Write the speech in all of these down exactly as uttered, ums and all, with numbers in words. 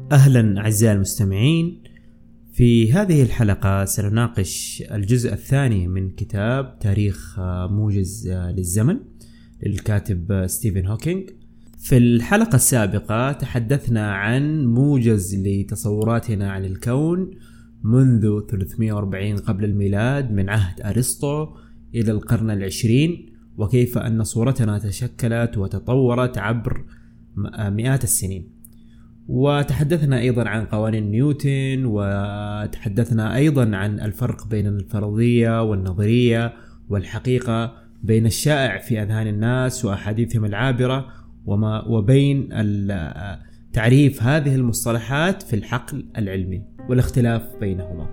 أهلا أعزائي المستمعين. في هذه الحلقة سنناقش الجزء الثاني من كتاب تاريخ موجز للزمن للكاتب ستيفن هوكينج. في الحلقة السابقة تحدثنا عن موجز لتصوراتنا عن الكون منذ ثلاثمائة وأربعين قبل الميلاد من عهد أرسطو إلى القرن العشرين، وكيف أن صورتنا تشكلت وتطورت عبر مئات السنين. وتحدثنا أيضا عن قوانين نيوتن، وتحدثنا أيضا عن الفرق بين الفرضية والنظرية والحقيقة، بين الشائع في أذهان الناس وأحاديثهم العابرة وما وبين تعريف هذه المصطلحات في الحقل العلمي والاختلاف بينهما.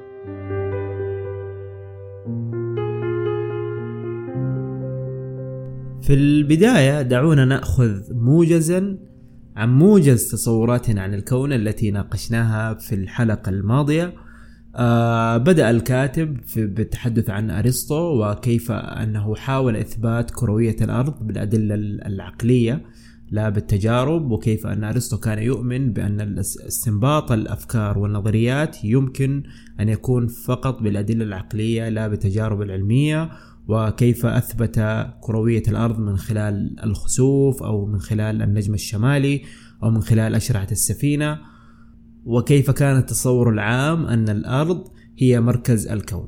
في البداية دعونا نأخذ موجزا عن موجز تصوراتنا عن الكون التي ناقشناها في الحلقة الماضية. آه بدأ الكاتب بالتحدث عن أرسطو وكيف أنه حاول إثبات كروية الأرض بالأدلة العقلية لا بالتجارب، وكيف أن أرسطو كان يؤمن بأن استنباط الأفكار والنظريات يمكن أن يكون فقط بالأدلة العقلية لا بالتجارب العلمية، وكيف أثبت كروية الأرض من خلال الخسوف أو من خلال النجم الشمالي أو من خلال أشعة السفينة، وكيف كان التصور العام أن الأرض هي مركز الكون.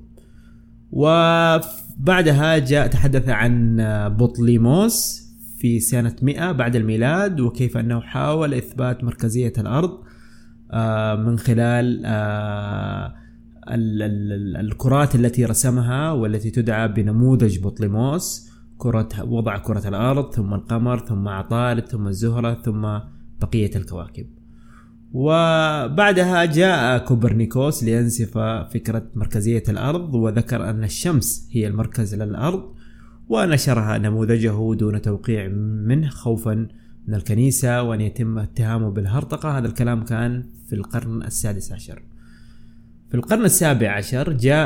وبعدها جاء تحدث عن بطليموس في سنة مئة بعد الميلاد، وكيف أنه حاول إثبات مركزية الأرض من خلال الكرات التي رسمها والتي تدعى بنموذج بطليموس، كرة وضع كرة الأرض ثم القمر ثم عطارد ثم الزهرة ثم بقية الكواكب. وبعدها جاء كوبرنيكوس لينسف فكرة مركزية الأرض، وذكر أن الشمس هي المركز للأرض، ونشرها نموذجه دون توقيع منه خوفا من الكنيسة وأن يتم اتهامه بالهرطقة. هذا الكلام كان في القرن السادس عشر. في القرن السابع عشر جاء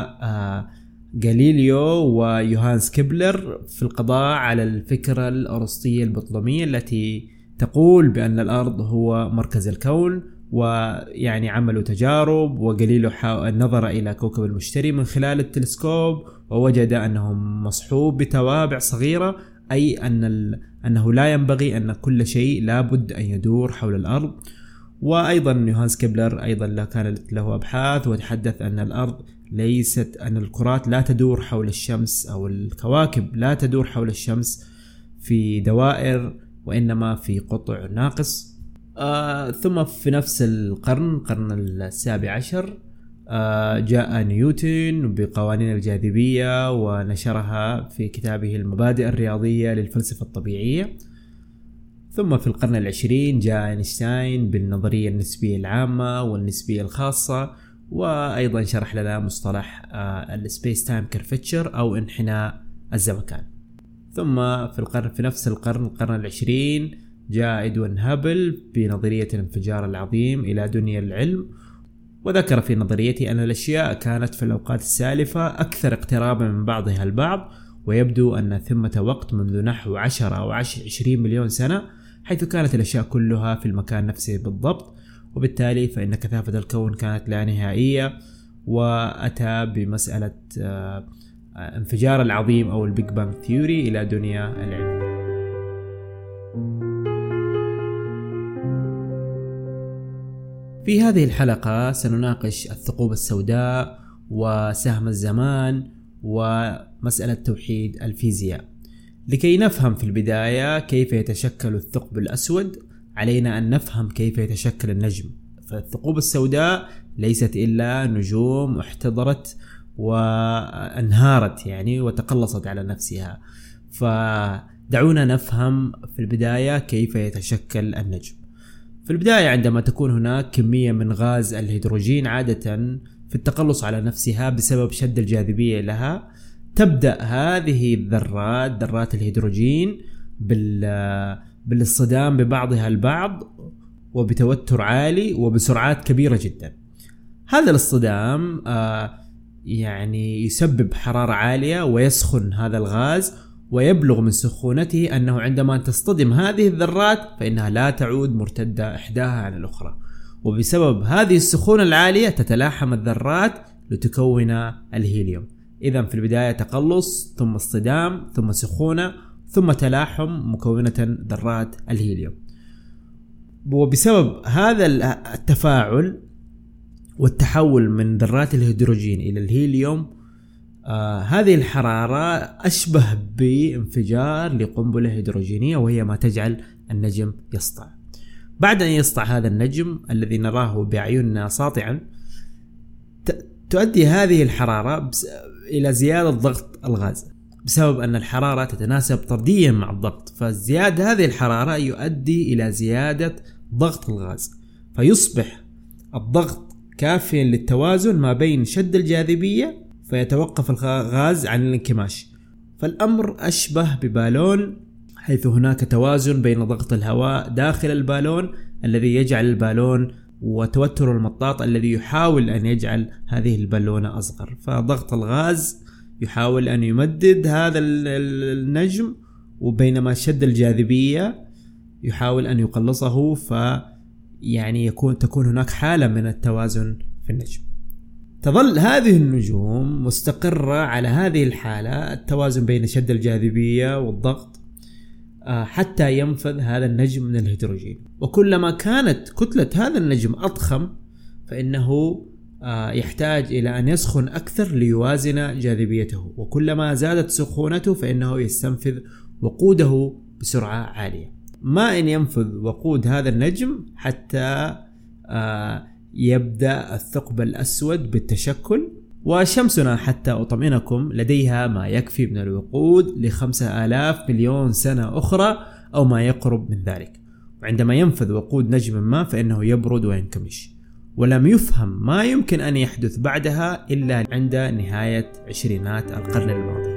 غاليليو ويوهانس كيبلر في القضاء على الفكرة الأرسطية البطلمية التي تقول بأن الأرض هو مركز الكون، ويعني عملوا تجارب، وغاليليو نظر إلى كوكب المشتري من خلال التلسكوب ووجد أنه مصحوب بتوابع صغيرة، أي أن أنه لا ينبغي أن كل شيء لابد أن يدور حول الأرض. وأيضا يوهانس كيبلر أيضا كانت له أبحاث وتحدث أن الأرض ليست أن الكرات لا تدور حول الشمس أو الكواكب لا تدور حول الشمس في دوائر وإنما في قطع ناقص. آه ثم في نفس القرن القرن السابع عشر آه جاء نيوتن بقوانين الجاذبية ونشرها في كتابه المبادئ الرياضية للفلسفة الطبيعية. ثم في القرن العشرين جاء أينشتاين بالنظرية النسبية العامة والنسبية الخاصة، وأيضا شرح لنا مصطلح السبيس تايم كيرفتشر أو انحناء الزمكان. ثم في القرن في نفس القرن القرن العشرين جاء إدوين هابل بنظرية الانفجار العظيم إلى دنيا العلم، وذكر في نظريته أن الأشياء كانت في الأوقات السالفة أكثر اقترابا من بعضها البعض، ويبدو أن ثمة وقت منذ نحو عشرة أو عشرين مليون سنة حيث كانت الأشياء كلها في المكان نفسه بالضبط، وبالتالي فإن كثافة الكون كانت لا نهائية. وأتى بمسألة انفجار العظيم أو البيج بانج ثيوري إلى دنيا العلم. في هذه الحلقة سنناقش الثقوب السوداء وسهم الزمان ومسألة توحيد الفيزياء. لكي نفهم في البداية كيف يتشكل الثقب الأسود علينا أن نفهم كيف يتشكل النجم. فالثقوب السوداء ليست إلا نجوم احتضرت وانهارت يعني وتقلصت على نفسها. فدعونا نفهم في البداية كيف يتشكل النجم. في البداية عندما تكون هناك كمية من غاز الهيدروجين عادة في التقلص على نفسها بسبب شد الجاذبية لها، تبدأ هذه الذرات ذرات الهيدروجين بالاصطدام ببعضها البعض وبتوتر عالي وبسرعات كبيرة جدا. هذا الاصطدام آه يعني يسبب حرارة عالية ويسخن هذا الغاز، ويبلغ من سخونته أنه عندما تصطدم هذه الذرات فإنها لا تعود مرتدة إحداها عن الأخرى، وبسبب هذه السخونة العالية تتلاحم الذرات لتكون الهيليوم. إذا في البداية تقلص، ثم اصطدام، ثم سخونة، ثم تلاحم مكونة ذرات الهيليوم. وبسبب هذا التفاعل والتحول من ذرات الهيدروجين إلى الهيليوم، آه هذه الحرارة أشبه بانفجار لقنبلة هيدروجينية، وهي ما تجعل النجم يسطع. بعد أن يسطع هذا النجم الذي نراه بأعيننا ساطعا، تؤدي هذه الحرارة إلى زيادة ضغط الغاز، بسبب أن الحرارة تتناسب طرديا مع الضغط، فزيادة هذه الحرارة يؤدي إلى زيادة ضغط الغاز، فيصبح الضغط كافيا للتوازن ما بين شد الجاذبية، فيتوقف الغاز عن الانكماش. فالأمر أشبه ببالون، حيث هناك توازن بين ضغط الهواء داخل البالون الذي يجعل البالون وتوتر المطاط الذي يحاول أن يجعل هذه البالونة أصغر. فضغط الغاز يحاول أن يمدد هذا النجم، وبينما شد الجاذبية يحاول أن يقلصه، فيعني يكون تكون هناك حالة من التوازن في النجم. تظل هذه النجوم مستقرة على هذه الحالة، التوازن بين شد الجاذبية والضغط، حتى ينفذ هذا النجم من الهيدروجين. وكلما كانت كتلة هذا النجم أضخم فإنه يحتاج إلى أن يسخن أكثر ليوازن جاذبيته، وكلما زادت سخونته فإنه يستنفذ وقوده بسرعة عالية. ما إن ينفذ وقود هذا النجم حتى يبدأ الثقب الأسود بالتشكل. وشمسنا حتى أطمئنكم لديها ما يكفي من الوقود لخمسة آلاف مليون سنة أخرى أو ما يقرب من ذلك. وعندما ينفذ وقود نجم ما فإنه يبرد وينكمش، ولم يفهم ما يمكن أن يحدث بعدها إلا عند نهاية عشرينات القرن الماضي.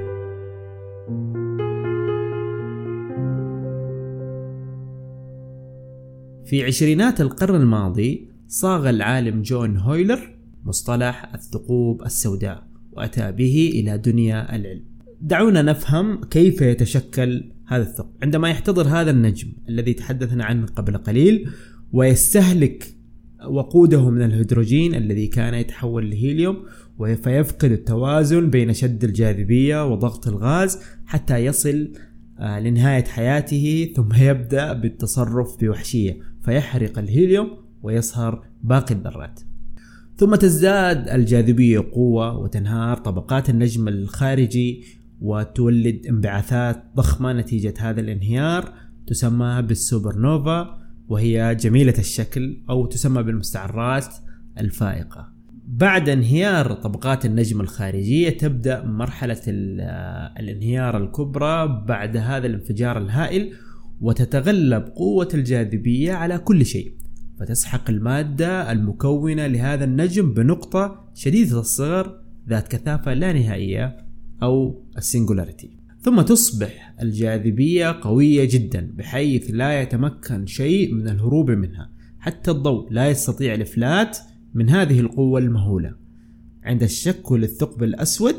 في عشرينات القرن الماضي صاغ العالم جون هويلر مصطلح الثقوب السوداء، وأتى به إلى دنيا العلم. دعونا نفهم كيف يتشكل هذا الثقب. عندما يحتضر هذا النجم الذي تحدثنا عنه قبل قليل ويستهلك وقوده من الهيدروجين الذي كان يتحول لهيليوم، فيفقد التوازن بين شد الجاذبية وضغط الغاز حتى يصل لنهاية حياته، ثم يبدأ بالتصرف بوحشية فيحرق الهيليوم ويصهر باقي الذرات. ثم تزداد الجاذبية قوة وتنهار طبقات النجم الخارجي وتولد انبعاثات ضخمة نتيجة هذا الانهيار تسمى بالسوبر نوفا، وهي جميلة الشكل أو تسمى بالمستعرات الفائقة. بعد انهيار طبقات النجم الخارجية تبدأ مرحلة الانهيار الكبرى بعد هذا الانفجار الهائل، وتتغلب قوة الجاذبية على كل شيء، فتسحق المادة المكونة لهذا النجم بنقطة شديدة الصغر ذات كثافة لا نهائية أو السينجولاريتي. ثم تصبح الجاذبية قوية جدا بحيث لا يتمكن شيء من الهروب منها، حتى الضوء لا يستطيع الإفلات من هذه القوة المهولة. عند تشكل الثقب الأسود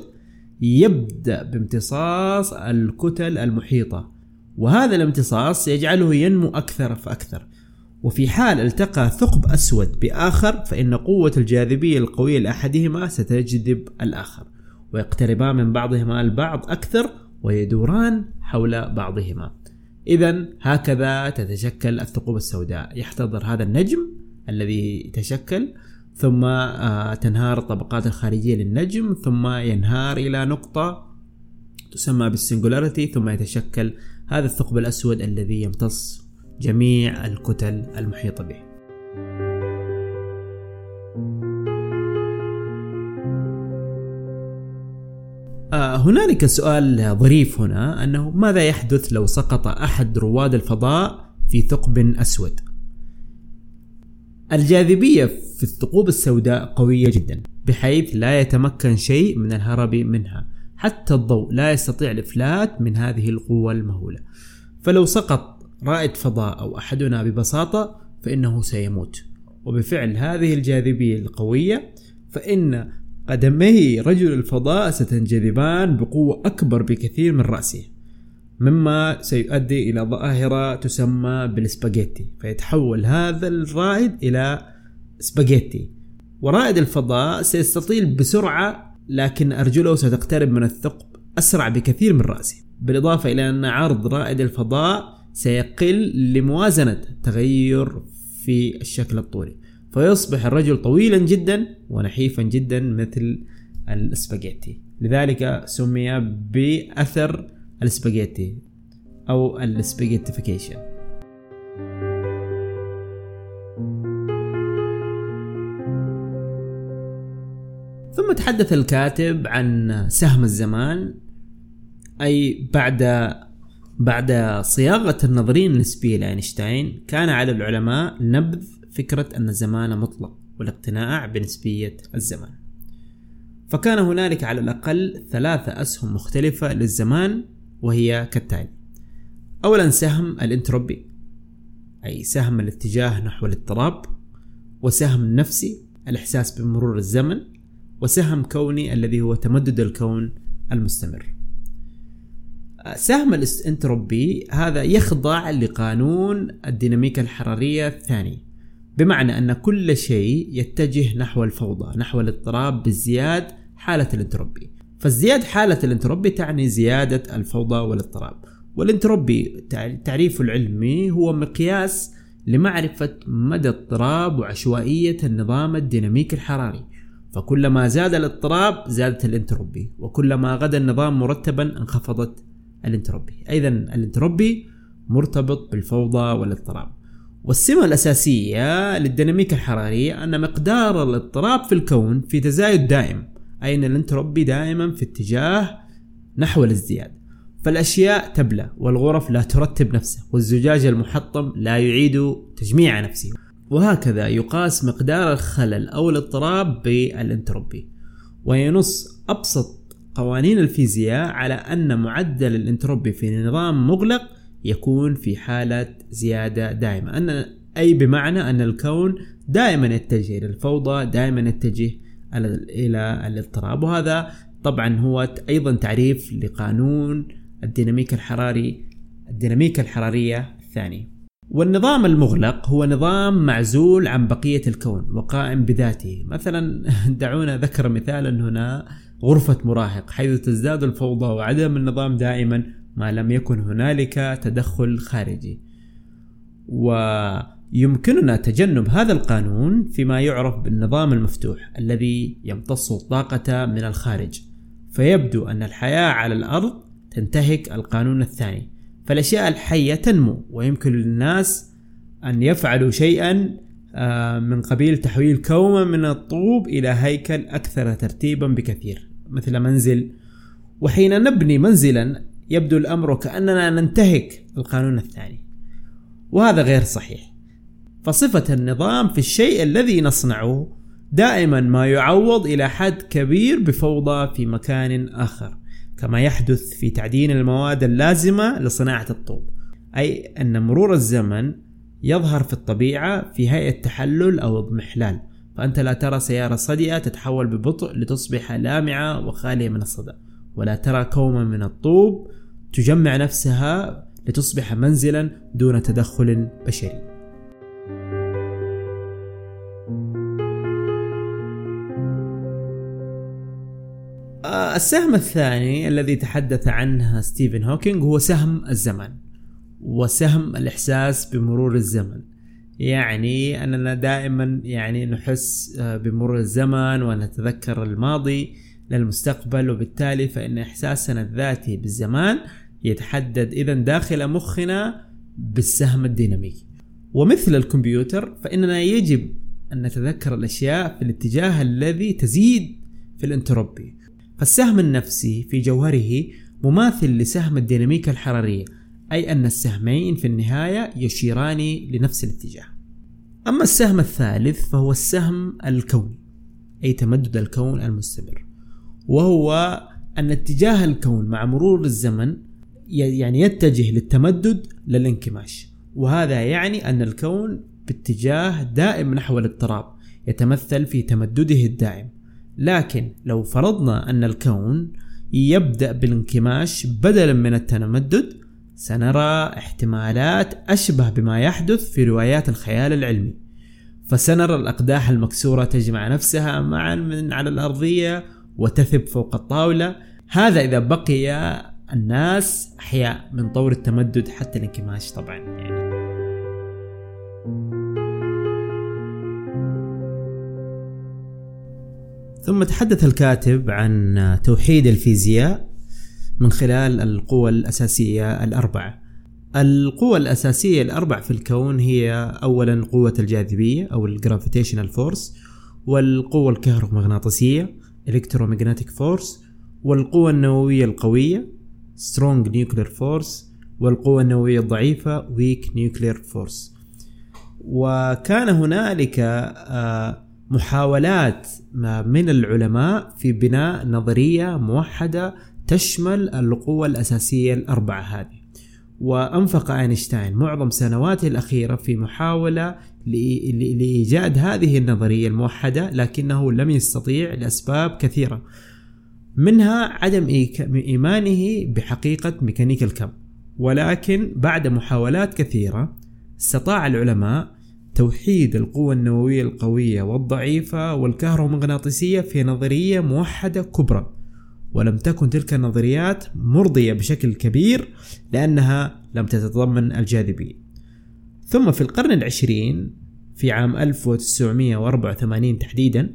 يبدأ بامتصاص الكتل المحيطة، وهذا الامتصاص يجعله ينمو أكثر فأكثر. وفي حال التقى ثقب أسود بآخر فإن قوة الجاذبية القوية لأحدهما ستجذب الآخر، ويقتربان من بعضهما البعض أكثر ويدوران حول بعضهما. إذن هكذا تتشكل الثقوب السوداء. يحتضر هذا النجم الذي تشكل، ثم تنهار الطبقات الخارجية للنجم، ثم ينهار إلى نقطة تسمى بالسينجولاريتي، ثم يتشكل هذا الثقب الأسود الذي يمتص جميع الكتل المحيطة به. آه هنالك سؤال ظريف هنا، أنه ماذا يحدث لو سقط أحد رواد الفضاء في ثقب أسود؟ الجاذبية في الثقوب السوداء قوية جدا بحيث لا يتمكن شيء من الهرب منها، حتى الضوء لا يستطيع الإفلات من هذه القوة المهولة. فلو سقط رائد فضاء أو أحدنا ببساطة فإنه سيموت. وبفعل هذه الجاذبية القوية فإن قدمي رجل الفضاء ستنجذبان بقوة أكبر بكثير من رأسه، مما سيؤدي إلى ظاهرة تسمى بالسباغيتي، فيتحول هذا الرائد إلى سباغيتي، ورائد الفضاء سيستطيل بسرعة لكن أرجله ستقترب من الثقب أسرع بكثير من رأسه، بالإضافة إلى أن عرض رائد الفضاء سيقل لموازنة تغير في الشكل الطولي، فيصبح الرجل طويلا جدا ونحيفا جدا مثل السباغيتي، لذلك سمي بأثر السباغيتي أو السباغيتيفيكيشن. ثم تحدث الكاتب عن سهم الزمان، أي بعد بعد صياغة النظرية النسبية لأينشتاين كان على العلماء نبذ فكرة أن الزمان مطلق والاقتناع بنسبية الزمان. فكان هنالك على الأقل ثلاثة أسهم مختلفة للزمان، وهي كالتالي: أولا سهم الانتروبي، أي سهم الاتجاه نحو الاضطراب، وسهم نفسي الإحساس بمرور الزمن، وسهم كوني الذي هو تمدد الكون المستمر. سهم الانتروبي هذا يخضع لقانون الديناميكا الحرارية الثاني، بمعنى أن كل شيء يتجه نحو الفوضى نحو الاضطراب بازدياد حالة الانتروبي. فازدياد حالة الانتروبي تعني زيادة الفوضى والاضطراب. والانتروبي تعريفه العلمي هو مقياس لمعرفة مدى اضطراب وعشوائية النظام الديناميكي الحراري، فكلما زاد الاضطراب زادت الانتروبي، وكلما غدا النظام مرتبا انخفضت الانتروبي. أيضا الانتروبي مرتبط بالفوضى والاضطراب. والسمة الأساسية للديناميكا الحرارية أن مقدار الاضطراب في الكون في تزايد دائم، أي أن الانتروبي دائما في اتجاه نحو الازدياد. فالأشياء تبلى، والغرف لا ترتب نفسها، والزجاج المحطم لا يعيد تجميع نفسه، وهكذا يقاس مقدار الخلل أو الاضطراب بالانتروبي. وينص أبسط قوانين الفيزياء على أن معدل الانتروبي في نظام مغلق يكون في حالة زيادة دائمة، أن أي بمعنى أن الكون دائما يتجه إلى الفوضى، دائما يتجه إلى الاضطراب. وهذا طبعا هو أيضا تعريف لقانون الديناميكا الحراري الديناميكا الحرارية الثاني. والنظام المغلق هو نظام معزول عن بقية الكون وقائم بذاته. مثلا دعونا ذكر مثالا هنا: غرفة مراهق، حيث تزداد الفوضى وعدم النظام دائما ما لم يكن هنالك تدخل خارجي. ويمكننا تجنب هذا القانون فيما يعرف بالنظام المفتوح الذي يمتص الطاقة من الخارج، فيبدو أن الحياة على الأرض تنتهك القانون الثاني، فالأشياء الحية تنمو، ويمكن للناس أن يفعلوا شيئا من قبيل تحويل كومة من الطوب إلى هيكل أكثر ترتيبا بكثير مثل منزل. وحين نبني منزلا يبدو الأمر كأننا ننتهك القانون الثاني، وهذا غير صحيح. فصفة النظام في الشيء الذي نصنعه دائما ما يعوض إلى حد كبير بفوضى في مكان آخر، كما يحدث في تعدين المواد اللازمة لصناعة الطوب، أي أن مرور الزمن يظهر في الطبيعة في هيئة تحلل أو اضمحلال، فأنت لا ترى سيارة صدئة تتحول ببطء لتصبح لامعة وخالية من الصدى، ولا ترى كومة من الطوب تجمع نفسها لتصبح منزلا دون تدخل بشري. السهم الثاني الذي تحدث عنه ستيفن هوكينج هو سهم الزمن وسهم الإحساس بمرور الزمن. يعني أننا دائما يعني نحس بمرور الزمن ونتذكر الماضي للمستقبل، وبالتالي فإن إحساسنا الذاتي بالزمان يتحدد إذن داخل مخنا بالسهم الديناميكي. ومثل الكمبيوتر فإننا يجب أن نتذكر الأشياء في الاتجاه الذي تزيد في الانتروبي. فالسهم النفسي في جوهره مماثل لسهم الديناميكا الحرارية، أي أن السهمين في النهاية يشيران لنفس الاتجاه. أما السهم الثالث فهو السهم الكوني، أي تمدد الكون المستمر، وهو أن اتجاه الكون مع مرور الزمن يعني يتجه للتمدد للانكماش، وهذا يعني أن الكون باتجاه دائم نحو الاضطراب يتمثل في تمدده الدائم. لكن لو فرضنا أن الكون يبدأ بالانكماش بدلا من التمدد، سنرى احتمالات أشبه بما يحدث في روايات الخيال العلمي. فسنرى الأقداح المكسورة تجمع نفسها معا من على الأرضية وتثب فوق الطاولة. هذا إذا بقي الناس أحياء من طور التمدد حتى الانكماش طبعا يعني. ثم تحدث الكاتب عن توحيد الفيزياء من خلال القوى الأساسية الأربعة. القوى الأساسية الأربع في الكون هي أولا قوة الجاذبية أو الجرافيتيشنال فورس، والقوة الكهرومغناطيسية electromagnetic force، والقوة النووية القوية strong nuclear force، والقوة النووية الضعيفة weak nuclear force. وكان هنالك محاولات من العلماء في بناء نظرية موحدة تشمل القوى الأساسية الأربعة هذه، وأنفق أينشتاين معظم سنواته الأخيرة في محاولة لإيجاد هذه النظرية الموحدة، لكنه لم يستطيع لأسباب كثيرة، منها عدم إيمانه بحقيقة ميكانيكا الكم. ولكن بعد محاولات كثيرة استطاع العلماء توحيد القوة النووية القوية والضعيفة والكهرومغناطيسية في نظرية موحدة كبرى، ولم تكن تلك النظريات مرضية بشكل كبير لأنها لم تتضمن الجاذبية. ثم في القرن العشرين في عام ألف وتسعمائة وأربعة وثمانين تحديدا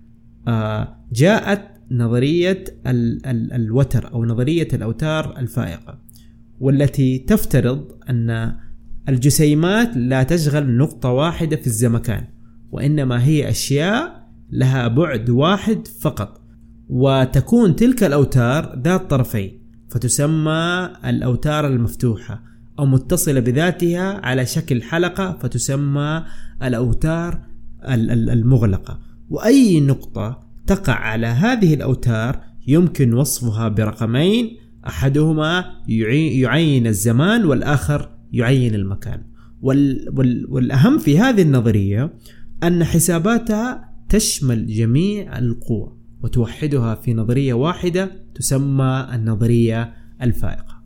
جاءت نظرية ال ال الوتر أو نظرية الأوتار الفائقة، والتي تفترض أن الجسيمات لا تشغل نقطة واحدة في الزمكان، وإنما هي أشياء لها بعد واحد فقط، وتكون تلك الأوتار ذات طرفين فتسمى الأوتار المفتوحة، أو متصلة بذاتها على شكل حلقة فتسمى الأوتار المغلقة. وأي نقطة تقع على هذه الأوتار يمكن وصفها برقمين، أحدهما يعين الزمان والآخر يعين المكان. والأهم في هذه النظرية أن حساباتها تشمل جميع القوى وتوحدها في نظرية واحدة تسمى النظرية الفائقة.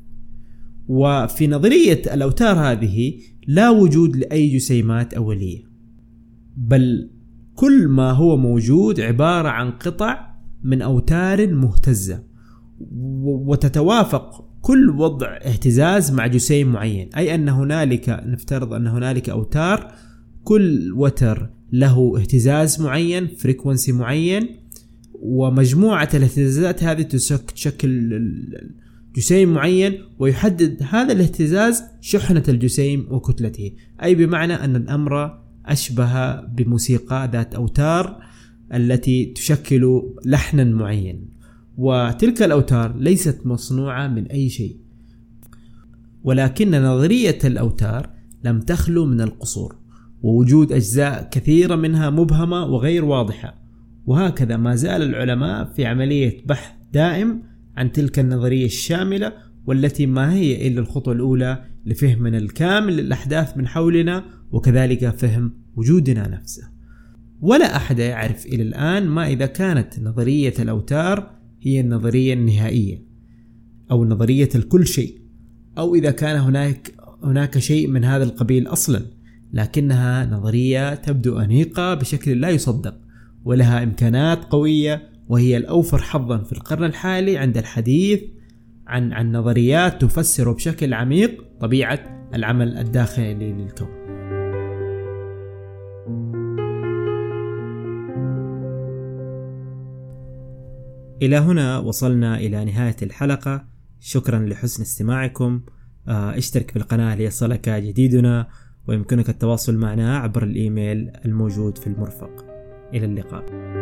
وفي نظرية الأوتار هذه لا وجود لأي جسيمات أولية، بل كل ما هو موجود عبارة عن قطع من أوتار مهتزة، وتتوافق كل وضع اهتزاز مع جسيم معين، أي أن هنالك نفترض أن هنالك أوتار كل وتر له اهتزاز معين فريكونسي معين، ومجموعة الاهتزازات هذه تشكل جسيم معين، ويحدد هذا الاهتزاز شحنة الجسيم وكتلته، أي بمعنى أن الأمر أشبه بموسيقى ذات أوتار التي تشكل لحنا معين، وتلك الأوتار ليست مصنوعة من أي شيء. ولكن نظرية الأوتار لم تخلو من القصور، ووجود أجزاء كثيرة منها مبهمة وغير واضحة، وهكذا ما زال العلماء في عملية بحث دائم عن تلك النظرية الشاملة، والتي ما هي إلا الخطوة الأولى لفهمنا الكامل للأحداث من حولنا، وكذلك فهم وجودنا نفسه. ولا أحد يعرف إلى الآن ما إذا كانت نظرية الأوتار هي النظرية النهائية أو نظرية الكل شيء، أو إذا كان هناك هناك شيء من هذا القبيل أصلا، لكنها نظرية تبدو أنيقة بشكل لا يصدق، ولها إمكانات قوية، وهي الأوفر حظا في القرن الحالي عند الحديث عن عن نظريات تفسر بشكل عميق طبيعة العمل الداخلي للكون. إلى هنا وصلنا إلى نهاية الحلقة. شكرا لحسن استماعكم. اشترك بالقناة ليصلك جديدنا، ويمكنك التواصل معنا عبر الإيميل الموجود في المرفق. إلى اللقاء.